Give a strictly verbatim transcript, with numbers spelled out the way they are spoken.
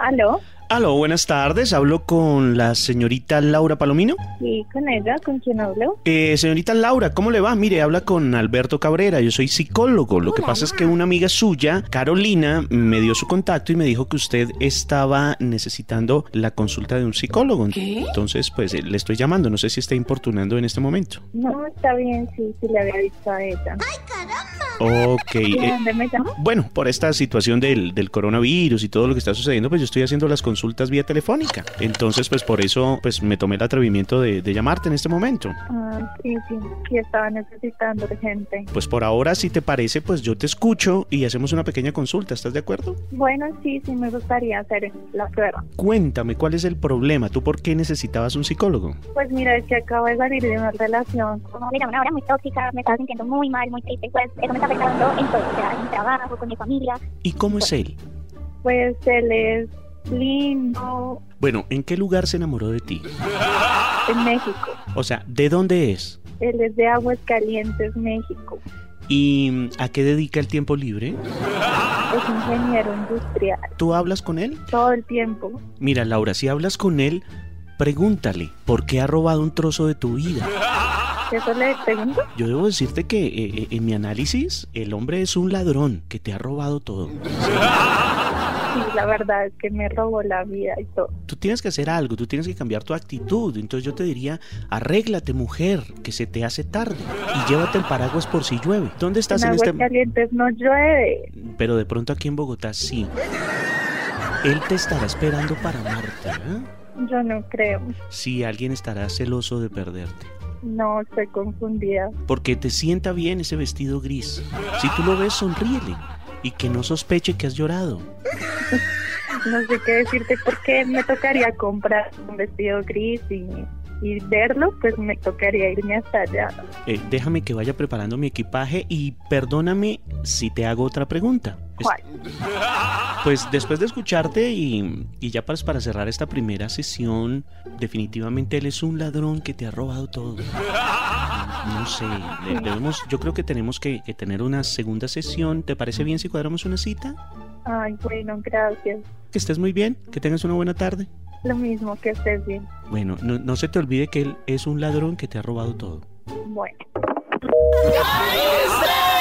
¿Aló? Aló, buenas tardes. Hablo con la señorita Laura Palomino. Sí, con ella. ¿Con quién hablo? Eh, señorita Laura, ¿cómo le va? Mire, habla con Alberto Cabrera. Yo soy psicólogo. Lo que pasa es que una amiga suya, Carolina, me dio su contacto y me dijo que usted estaba necesitando la consulta de un psicólogo. ¿Qué? Entonces, pues, eh, le estoy llamando. No sé si está importunando en este momento. No, está bien, sí, sí le había dicho a ella. Ok. ¿De eh, dónde me llama? Bueno, por esta situación del, del coronavirus y todo lo que está sucediendo, pues yo estoy haciendo las consultas vía telefónica. Entonces, pues por eso, pues me tomé el atrevimiento de, de llamarte en este momento. Ah, sí, sí, sí estaba necesitando urgente. Pues por ahora, si te parece, pues yo te escucho y hacemos una pequeña consulta. ¿Estás de acuerdo? Bueno, sí, sí me gustaría hacer la prueba. Cuéntame, ¿cuál es el problema? ¿Tú por qué necesitabas un psicólogo? Pues mira, es que acabo de salir de una relación. Como mira, una hora muy tóxica, me estaba sintiendo muy mal, muy triste, pues eso me está afectando en todo, o sea, en mi trabajo, con mi familia. ¿Y cómo es él? Pues él es lindo. Bueno, ¿en qué lugar se enamoró de ti? En México. O sea, ¿de dónde es? Él es de Aguascalientes, México. ¿Y a qué dedica el tiempo libre? Es ingeniero industrial. ¿Tú hablas con él? Todo el tiempo. Mira, Laura, si hablas con él, pregúntale, ¿por qué ha robado un trozo de tu vida? ¿Eso le pregunto? Yo debo decirte que eh, en mi análisis, el hombre es un ladrón que te ha robado todo. Sí, la verdad es que me robó la vida y todo. Tú tienes que hacer algo, tú tienes que cambiar tu actitud. Entonces yo te diría, arréglate, mujer, que se te hace tarde. Y llévate el paraguas por si llueve. ¿Dónde estás En en este Aguascalientes no llueve. Pero de pronto aquí en Bogotá sí. Él te estará esperando para amarte, ¿eh? Yo no creo. Sí, alguien estará celoso de perderte. No, estoy confundida. Porque te sienta bien ese vestido gris. Si tú lo ves, sonríele. Y que no sospeche que has llorado. No sé qué decirte porque me tocaría comprar un vestido gris y, y verlo, pues me tocaría irme hasta allá. Eh, déjame que vaya preparando mi equipaje y perdóname si te hago otra pregunta. ¿Cuál? Pues después de escucharte y, y ya para, para cerrar esta primera sesión, definitivamente él es un ladrón que te ha robado todo. No sé, de- debemos, yo creo que tenemos que, que tener una segunda sesión. ¿Te parece bien si cuadramos una cita? Ay, bueno, gracias. Que estés muy bien, que tengas una buena tarde. Lo mismo, que estés bien. Bueno, no, no se te olvide que él es un ladrón que te ha robado todo. Bueno. ¡Ay, ese!